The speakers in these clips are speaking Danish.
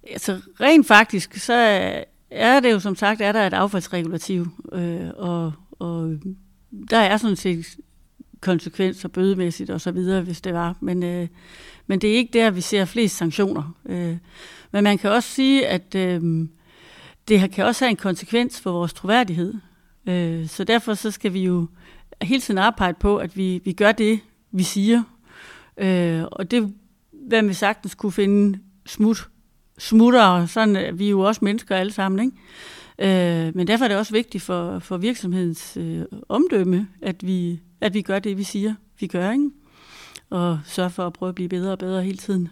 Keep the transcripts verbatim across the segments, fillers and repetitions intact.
Altså rent faktisk, så er det jo som sagt, er der et affaldsregulativ, øh, og, og der er sådan set konsekvenser bødemæssigt og så videre, hvis det var. Men, øh, men det er ikke der, vi ser flest sanktioner. Øh, men man kan også sige, at øh, det kan også have en konsekvens for vores troværdighed. Øh, så derfor så skal vi jo hele tiden arbejde på, at vi, vi gør det, vi siger. Øh, og det, hvad vi sagtens kunne finde smut, smuttere, sådan at vi er jo også mennesker alle sammen, ikke? Øh, men derfor er det også vigtigt for, for virksomhedens øh, omdømme, at vi, at vi gør det, vi siger, vi gør, ikke? Og sørge for at prøve at blive bedre og bedre hele tiden.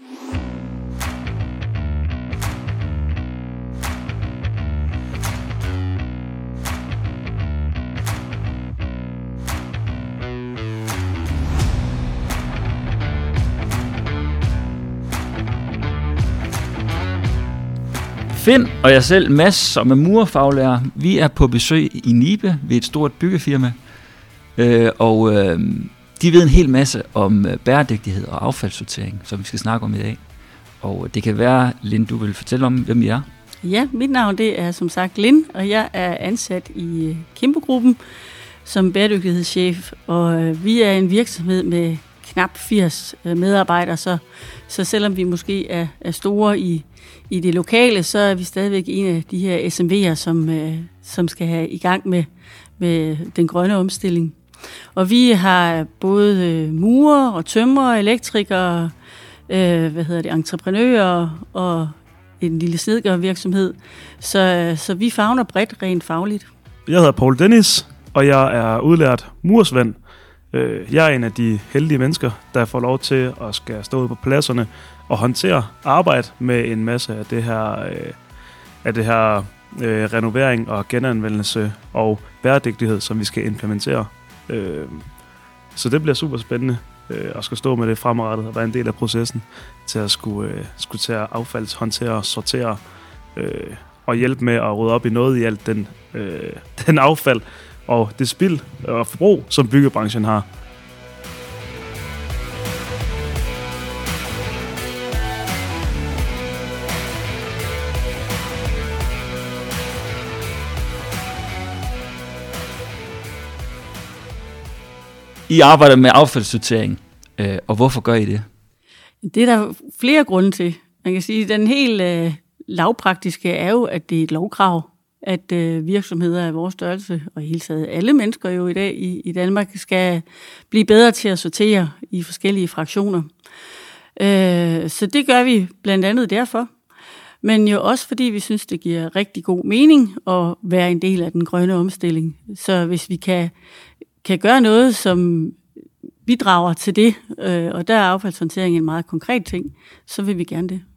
Finn og jeg selv, Mads, som er murerfaglærer, vi er på besøg i Nibe ved et stort byggefirma, øh, og øh, de ved en hel masse om øh, bæredygtighed og affaldssortering, som vi skal snakke om i dag. Og det kan være, Linn, du vil fortælle om, hvem I er? Ja, mit navn det er som sagt Linn, og jeg er ansat i Kimbo-gruppen som bæredygtighedschef, og øh, vi er en virksomhed med knap firs øh, medarbejdere, så, så selvom vi måske er, er store i I det lokale, så er vi stadigvæk en af de her S M V'er, som, øh, som skal have i gang med, med den grønne omstilling. Og vi har både øh, murer og tømrere, elektrikere, øh, hvad hedder det, entreprenører og en lille snedkervirksomhed. Så, så vi favner bredt rent fagligt. Jeg hedder Paul Dennis, og jeg er udlært mursvend. Jeg er en af de heldige mennesker, der får lov til at skal stå ude på pladserne og håndtere arbejde med en masse af det her, øh, af det her øh, renovering og genanvendelse og bæredygtighed, som vi skal implementere. Øh, så det bliver super spændende øh, at skal stå med det fremadrettet og være en del af processen til at skulle, øh, skulle tage affaldshåndtere, sortere øh, og hjælpe med at rydde op i noget i alt den, øh, den affald og det spild og forbrug, som byggebranchen har. I arbejder med affaldssortering, øh, og hvorfor gør I det? Det er der flere grunde til. Man kan sige, at den helt øh, lavpraktiske er jo, at det er et lovkrav, at øh, virksomheder af vores størrelse, og i hele taget alle mennesker jo i dag i, i Danmark, skal blive bedre til at sortere i forskellige fraktioner. Øh, så det gør vi blandt andet derfor. Men jo også fordi vi synes, det giver rigtig god mening at være en del af den grønne omstilling. Så hvis vi kan, kan gøre noget, som bidrager til det, øh, og der er affaldshåndtering en meget konkret ting, så vil vi gerne det.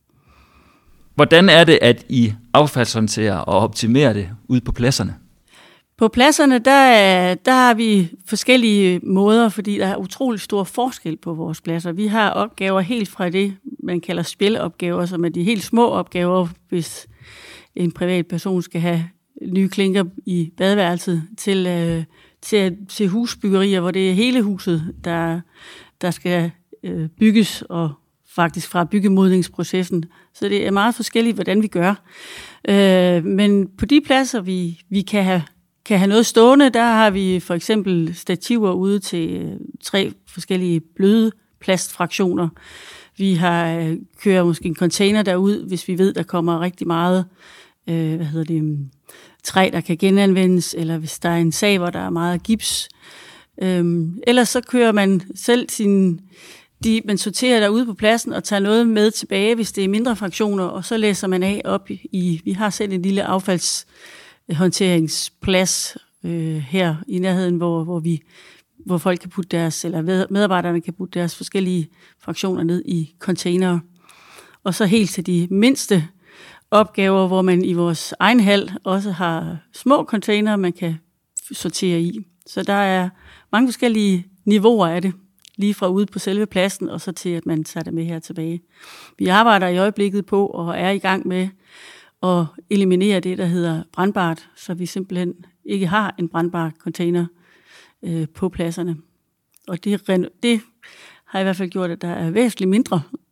Hvordan er det, at I affaldshåndterer og optimerer det ude på pladserne? På pladserne, der, der har vi forskellige måder, fordi der er utrolig stor forskel på vores pladser. Vi har opgaver helt fra det, man kalder spilopgaver, som er de helt små opgaver, hvis en privat person skal have nye klinker i badeværelset, til, øh, til, til husbyggerier, hvor det er hele huset, der, der skal øh, bygges, og faktisk fra byggemodningsprocessen. Så det er meget forskelligt, hvordan vi gør. Øh, men på de pladser, vi, vi kan have kan have noget stående, der har vi for eksempel stativer ude til tre forskellige bløde plastfraktioner. Vi har kører måske en container derud, hvis vi ved, der kommer rigtig meget øh, hvad hedder det, træ, der kan genanvendes, eller hvis der er en sag, hvor der er meget gips. Øhm, ellers så kører man selv sin, de, man sorterer derude på pladsen og tager noget med tilbage, hvis det er mindre fraktioner, og så læser man af op i, vi har selv en lille affalds håndteringsplads øh, her i nærheden, hvor, hvor, vi, hvor folk kan putte deres, eller medarbejderne kan putte deres forskellige fraktioner ned i containere. Og så helt til de mindste opgaver, hvor man i vores egen hal også har små containere, man kan sortere i. Så der er mange forskellige niveauer af det, lige fra ude på selve pladsen, og så til, at man tager det med her tilbage. Vi arbejder i øjeblikket på, og er i gang med og eliminere det, der hedder brandbart, så vi simpelthen ikke har en brandbar container øh, på pladserne. Og det, det har i hvert fald gjort, at der er væsentligt mindre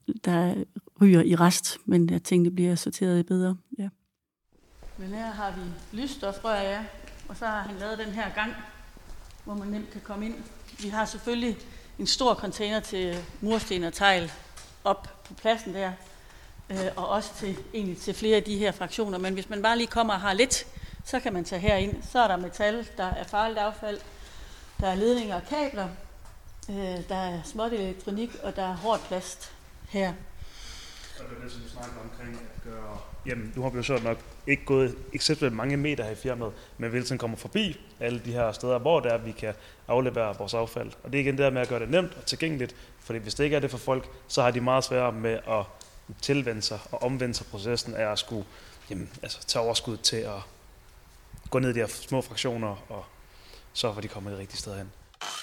der ryger i rest, men at tingene bliver sorteret bedre. Ja. Men her har vi lysstofrør, ja, og så har han lavet den her gang, hvor man nemt kan komme ind. Vi har selvfølgelig en stor container til mursten og tegl op på pladsen der, øh, og også til, egentlig til flere af de her fraktioner. Men hvis man bare lige kommer og har lidt, så kan man tage herind. Så er der metal, der er farligt affald, der er ledninger og kabler, øh, der er småt elektronik, og der er hårdt plast her. Og det er det, som vi snakker omkring at gøre... Jamen, nu har vi jo så nok ikke gået exceptionelt mange meter her i firmaet, men vi hele tiden kommer forbi alle de her steder, hvor det er, vi kan aflevere vores affald. Og det er igen det der med at gøre det nemt og tilgængeligt, fordi hvis det ikke er det for folk, så har de meget sværere med at tilvende sig og omvende sig processen af at skulle jamen, altså, tage overskud til at gå ned i de her små fraktioner og sørge for, at de kommer det rigtige sted hen.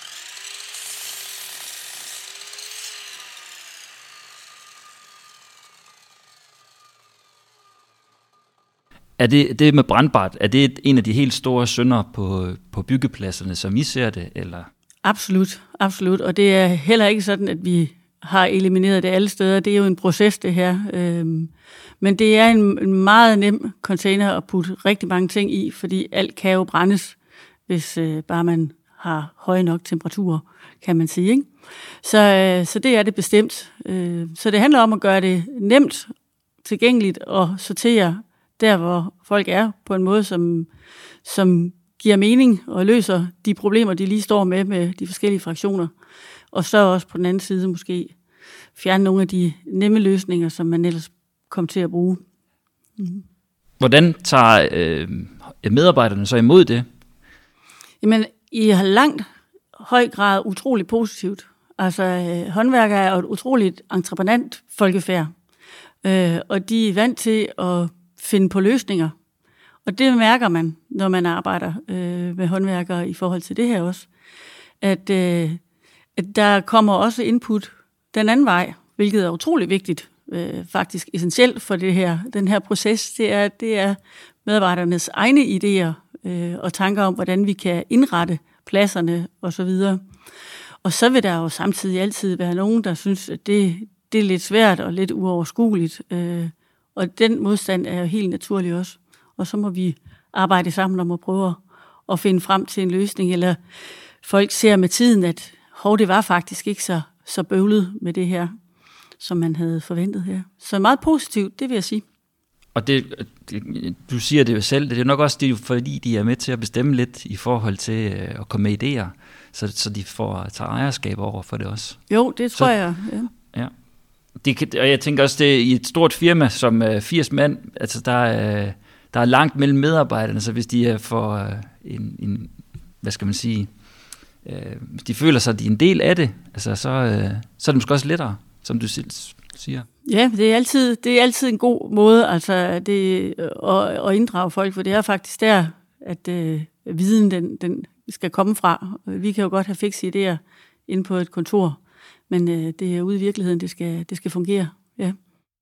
Er det, det med brandbart, er det en af de helt store synder på, på byggepladserne, som I ser det? Eller? Absolut, absolut. Og det er heller ikke sådan, at vi har elimineret det alle steder. Det er jo en proces, det her. Men det er en meget nem container at putte rigtig mange ting i, fordi alt kan jo brændes, hvis bare man har høje nok temperaturer, kan man sige. Ikke? Så, så det er det bestemt. Så det handler om at gøre det nemt, tilgængeligt og sortere der, hvor folk er, på en måde, som, som giver mening og løser de problemer, de lige står med, med de forskellige fraktioner. Og så også på den anden side måske fjerne nogle af de nemme løsninger, som man ellers kom til at bruge. Mm. Hvordan tager øh, medarbejderne så imod det? Jamen, I har langt høj grad utroligt positivt. Altså, øh, håndværkere er et utroligt entreprenant folkefærd, øh, og de er vant til at finde på løsninger. Og det mærker man, når man arbejder øh, med håndværkere i forhold til det her også. At, øh, at der kommer også input den anden vej, hvilket er utrolig vigtigt, øh, faktisk essentielt for det her, den her proces. Det er, det er medarbejdernes egne idéer øh, og tanker om, hvordan vi kan indrette pladserne osv. Og så vil der jo samtidig altid være nogen, der synes, at det, det er lidt svært og lidt uoverskueligt. Øh, Og den modstand er jo helt naturlig også. Og så må vi arbejde sammen om at prøve at finde frem til en løsning. Eller folk ser med tiden, at hov, det var faktisk ikke så, så bøvlet med det her, som man havde forventet her. Så meget positivt, det vil jeg sige. Og det, det, du siger det jo selv, det er nok også det, fordi de er med til at bestemme lidt i forhold til at komme med idéer, så, så de får tage ejerskab over for det også. Jo, det tror så, jeg. Ja. Ja. Det kan, og jeg tænker også, det i et stort firma som uh, firs mand, altså der er, der er langt mellem medarbejderne, så hvis de får uh, en, en, hvad skal man sige, uh, hvis de føler sig, at de er en del af det, altså så, uh, så er det måske også lettere, som du selv siger. Ja, det er altid, det er altid en god måde altså det, at, at inddrage folk, for det er faktisk der, at uh, viden den, den skal komme fra. Vi kan jo godt have fikse idéer inde på et kontor, men øh, det er ude i virkeligheden, det skal, det skal fungere. Ja.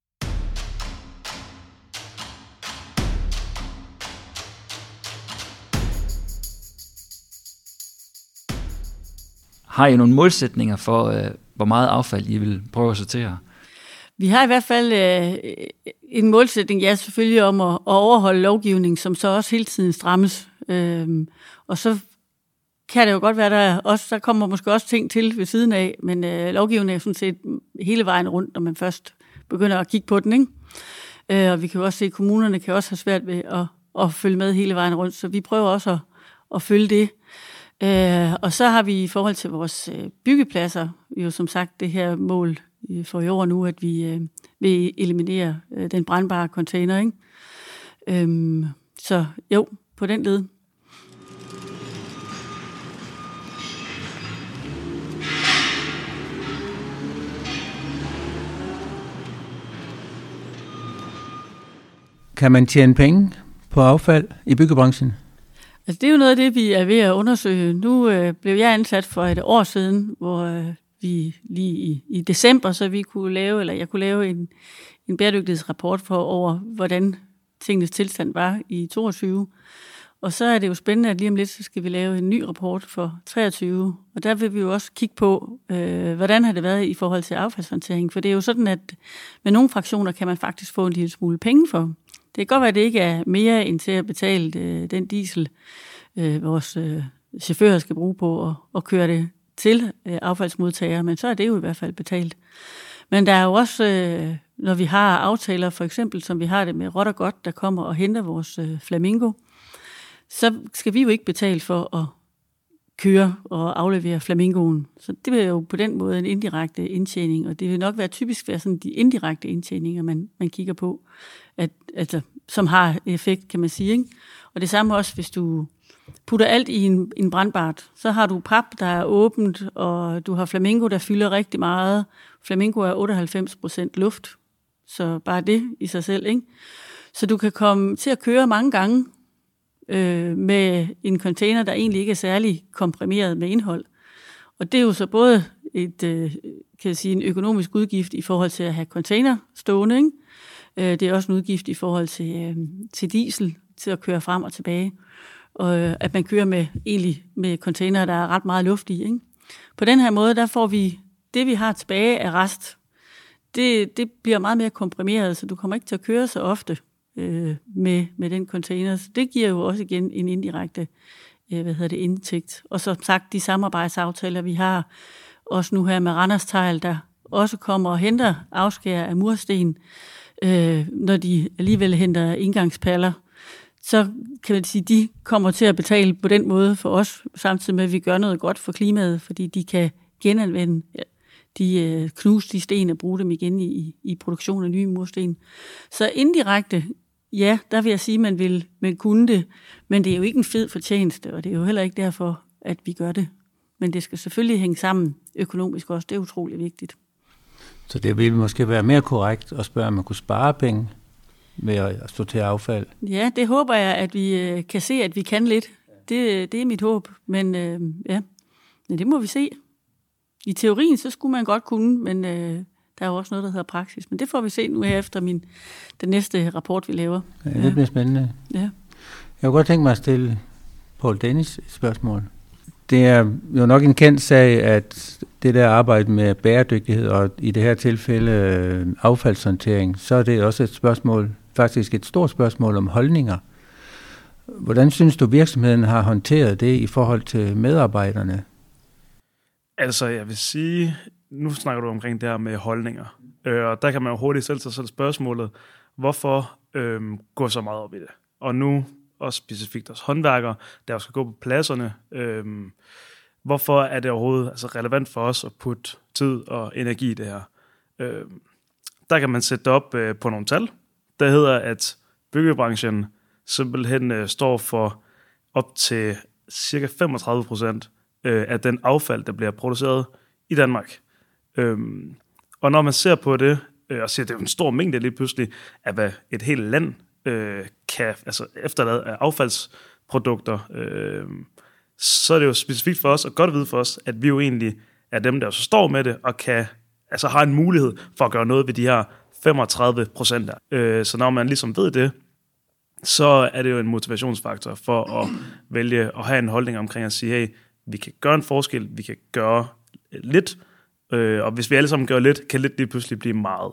Har I nogle målsætninger for, øh, hvor meget affald I vil prøve at sortere? Vi har i hvert fald øh, en målsætning, ja, selvfølgelig om at, at overholde lovgivning, som så også hele tiden strammes. Øhm, og så kan det jo godt være, der også der kommer måske også ting til ved siden af, men øh, lovgivningen er sådan set hele vejen rundt, når man først begynder at kigge på den, ikke? Øh, og vi kan jo også se, at kommunerne kan også have svært ved at, at følge med hele vejen rundt, så vi prøver også at, at følge det. Øh, og så har vi i forhold til vores øh, byggepladser jo som sagt det her mål øh, for i år nu, at vi øh, vil eliminere øh, den brandbare container, ikke? Øh, så jo, på den led. Kan man tjene penge på affald i byggebranchen? Altså, det er jo noget af det, vi er ved at undersøge. Nu øh, blev jeg ansat for et år siden, hvor øh, vi lige i, i december, så vi kunne lave, eller jeg kunne lave en, en bæredygtighedsrapport for over, hvordan tingenes tilstand var i toogtyve. Og så er det jo spændende, at lige om lidt, så skal vi lave en ny rapport for treogtyve. Og der vil vi jo også kigge på, øh, hvordan har det været i forhold til affaldshåndtering. For det er jo sådan, at med nogle fraktioner kan man faktisk få en lille smule penge for. Det kan godt være, at det ikke er mere end til at betale øh, den diesel, øh, vores øh, chauffører skal bruge på at, at køre det til øh, affaldsmodtagere. Men så er det jo i hvert fald betalt. Men der er jo også, øh, når vi har aftaler, for eksempel som vi har det med Råt og Godt, der kommer og henter vores øh, flamingo, så skal vi jo ikke betale for at køre og aflevere flamingoen. Så det vil jo på den måde en indirekte indtjening, og det vil nok være typisk være sådan de indirekte indtjeninger, man, man kigger på, at, altså, som har effekt, kan man sige. Ikke? Og det samme også, hvis du putter alt i en, en brandbart, så har du pap, der er åbent, og du har flamingo, der fylder rigtig meget. Flamingo er otteoghalvfems procent luft, så bare det i sig selv. Ikke? Så du kan komme til at køre mange gange, med en container, der egentlig ikke er særlig komprimeret med indhold. Og det er jo så både et, kan jeg sige, en økonomisk udgift i forhold til at have container stående, ikke? Det er også en udgift i forhold til, til diesel, til at køre frem og tilbage. Og at man kører med, egentlig med container, der er ret meget luft i. Ikke? På den her måde, der får vi det, vi har tilbage af rest. Det, det bliver meget mere komprimeret, så du kommer ikke til at køre så ofte med, med den container. Så det giver jo også igen en indirekte hvad hedder det, indtægt. Og som sagt, de samarbejdsaftaler, vi har også nu her med Randers Tegl, der også kommer og henter afskær af mursten, øh, når de alligevel henter indgangspaller, så kan man sige, de kommer til at betale på den måde for os, samtidig med, at vi gør noget godt for klimaet, fordi de kan genanvende de øh, knuste sten og bruge dem igen i, i produktion af nye mursten. Så indirekte, ja, der vil jeg sige, at man vil man kunne det, men det er jo ikke en fed fortjeneste, og det er jo heller ikke derfor, at vi gør det. Men det skal selvfølgelig hænge sammen økonomisk også, det er utrolig vigtigt. Så det vil måske være mere korrekt at spørge, om man kunne spare penge ved at sortere affald? Ja, det håber jeg, at vi øh, kan se, at vi kan lidt. Det, det er mit håb, men øh, ja, men det må vi se. I teorien, så skulle man godt kunne, men øh, der er jo også noget, der hedder praksis. Men det får vi se nu her efter min, den næste rapport, vi laver. Ja, det bliver spændende. Ja. Jeg kunne godt tænke mig at stille Poul Dennis et spørgsmål. Det er jo nok en kendt sag, at det der arbejde med bæredygtighed, og i det her tilfælde øh, affaldshåndtering, så er det også et spørgsmål, faktisk et stort spørgsmål om holdninger. Hvordan synes du, virksomheden har håndteret det i forhold til medarbejderne? Altså, jeg vil sige, nu snakker du omkring det her med holdninger, øh, og der kan man jo hurtigt stille sig selv spørgsmålet, hvorfor øh, gå så meget op i det? Og nu også specifikt også håndværkere, der skal gå på pladserne. Øh, hvorfor er det overhovedet altså, relevant for os at putte tid og energi i det her? Øh, der kan man sætte det op øh, på nogle tal. Der hedder, at byggebranchen simpelthen øh, står for op til cirka femogtredive procent af den affald, der bliver produceret i Danmark. Øhm, og når man ser på det, øh, og siger, at det er en stor mængde lige pludselig, af hvad et helt land øh, kan altså efterlade af affaldsprodukter, øh, så er det jo specifikt for os, og godt at vide for os, at vi jo egentlig er dem, der så står med det, og kan, altså har en mulighed for at gøre noget ved de her femogtredive procent. Øh, så når man ligesom ved det, så er det jo en motivationsfaktor for at vælge at have en holdning omkring at sige, hey, vi kan gøre en forskel, vi kan gøre lidt, øh, og hvis vi alle sammen gør lidt, kan lidt lige pludselig blive meget.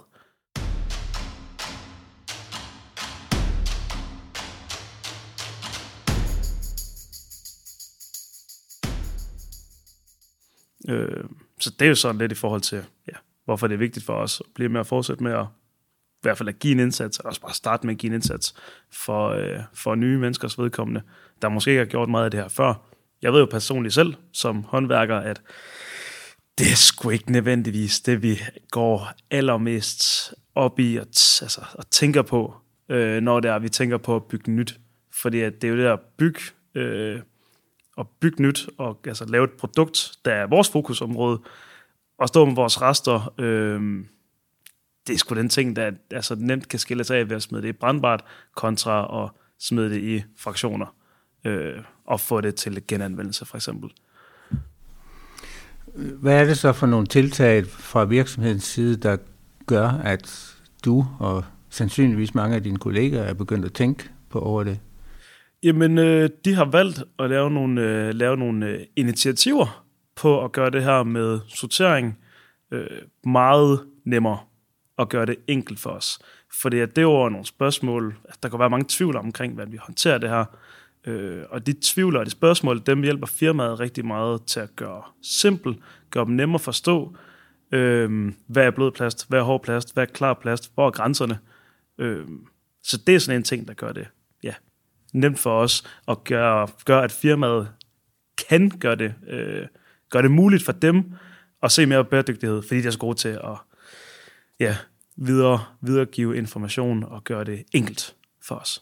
Øh, så det er jo sådan lidt i forhold til, ja, hvorfor det er vigtigt for os at blive med at fortsætte med at i hvert fald at give en indsats, eller også bare starte med at give en indsats for, øh, for nye menneskers vedkommende, der måske ikke har gjort meget af det her før. Jeg ved jo personligt selv, som håndværker, at det er sgu ikke nødvendigvis det, vi går allermest op i og, t- altså, og tænker på, øh, når det er, vi tænker på at bygge nyt. Fordi at det er jo det der bygge, øh, at bygge nyt og altså, lave et produkt, der er vores fokusområde, og stå med vores rester. Øh, det er sgu den ting, der altså, nemt kan skille sig af ved at smide det i brandbart, kontra at smide det i fraktioner. Øh, og få det til genanvendelse, for eksempel. Hvad er det så for nogle tiltag fra virksomhedens side, der gør, at du og sandsynligvis mange af dine kolleger er begyndt at tænke på over det? Jamen, øh, de har valgt at lave nogle, øh, lave nogle øh, initiativer på at gøre det her med sortering øh, meget nemmere og gøre det enkelt for os. Fordi at det var nogle spørgsmål, at der kan være mange tvivl omkring, hvordan vi håndterer det her. Øh, og de tvivler og de spørgsmål, dem hjælper firmaet rigtig meget til at gøre simpelt, gøre dem nemmere at forstå. Øh, hvad er blød plast, hvad er hård plast, hvad er klar plast, hvor er grænserne. Øh, så det er sådan en ting, der gør det ja, nemt for os at gøre, gøre, at firmaet kan gøre det, øh, gøre det muligt for dem at se mere bæredygtighed, fordi de er så gode til at ja, videre, videregive information og gøre det enkelt for os.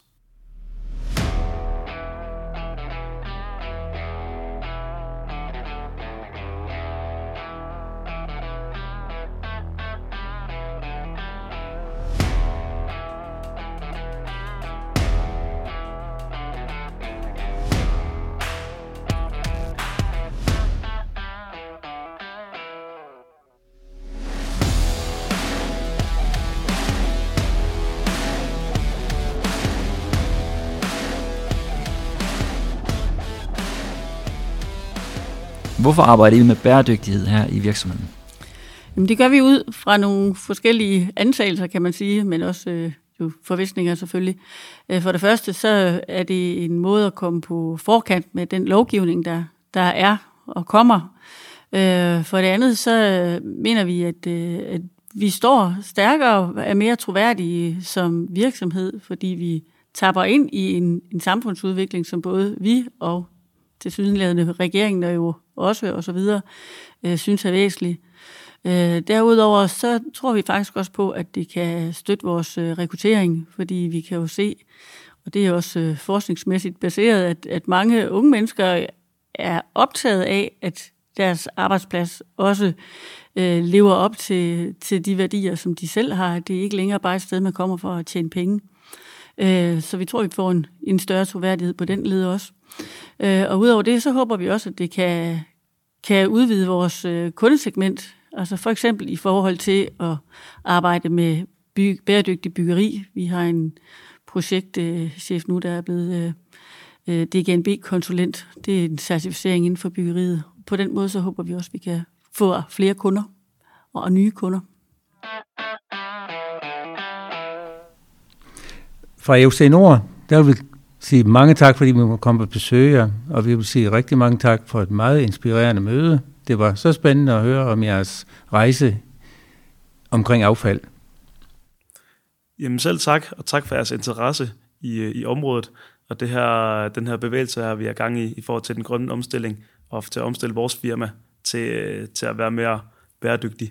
Hvorfor arbejder I med bæredygtighed her i virksomheden? Jamen, det gør vi ud fra nogle forskellige antagelser, kan man sige, men også øh, jo forvisninger selvfølgelig. For det første, så er det en måde at komme på forkant med den lovgivning, der, der er og kommer. For det andet, så mener vi, at, at vi står stærkere og er mere troværdige som virksomhed, fordi vi tapper ind i en, en samfundsudvikling, som både vi og tilsyneladende regeringen og jo også og så videre øh, synes er væsentligt. Øh, derudover så tror vi faktisk også på, at det kan støtte vores øh, rekruttering, fordi vi kan jo se, og det er også øh, forskningsmæssigt baseret, at, at mange unge mennesker er optaget af, at deres arbejdsplads også øh, lever op til, til de værdier, som de selv har. Det er ikke længere bare et sted, man kommer for at tjene penge. Øh, så vi tror, vi får en, en større troværdighed på den led også. Øh, og udover det, så håber vi også, at det kan, kan udvide vores øh, kundesegment. Altså for eksempel i forhold til at arbejde med by, bæredygtig byggeri. Vi har en projektchef nu, der er blevet øh, D G N B-konsulent. Det er en certificering inden for byggeriet. På den måde, så håber vi også, at vi kan få flere kunder og nye kunder. Fra E U C Nord, der vil vi sige mange tak, fordi vi må komme på besøg jer, og vi vil sige rigtig mange tak for et meget inspirerende møde. Det var så spændende at høre om jeres rejse omkring affald. Jamen selv tak, og tak for jeres interesse i, i området, og det her, den her bevægelse her, vi er gang i, i forhold til den grønne omstilling, og til at omstille vores firma til, til at være mere bæredygtig.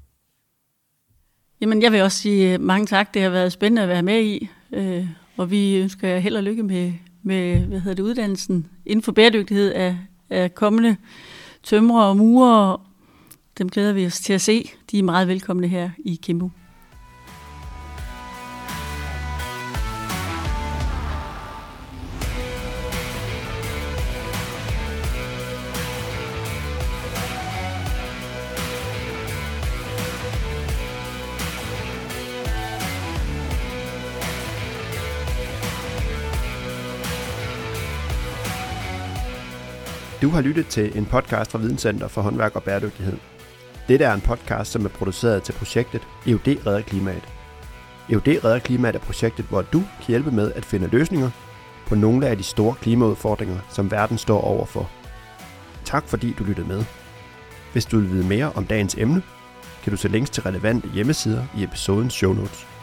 Jamen jeg vil også sige mange tak, det har været spændende at være med i, øh, og vi ønsker jer held og lykke med, med hvad hedder det, uddannelsen inden for bæredygtighed af, af kommende tømrere og murere. Dem glæder vi os til at se. De er meget velkomne her i Kimbo. Du har lyttet til en podcast fra Videnscenter for Håndværk og Bæredygtighed. Dette er en podcast, som er produceret til projektet E U D Redder Klimaet. E U D Redder Klimaet er projektet, hvor du kan hjælpe med at finde løsninger på nogle af de store klimaudfordringer, som verden står overfor. Tak fordi du lyttede med. Hvis du vil vide mere om dagens emne, kan du se links til relevante hjemmesider i episodens show notes.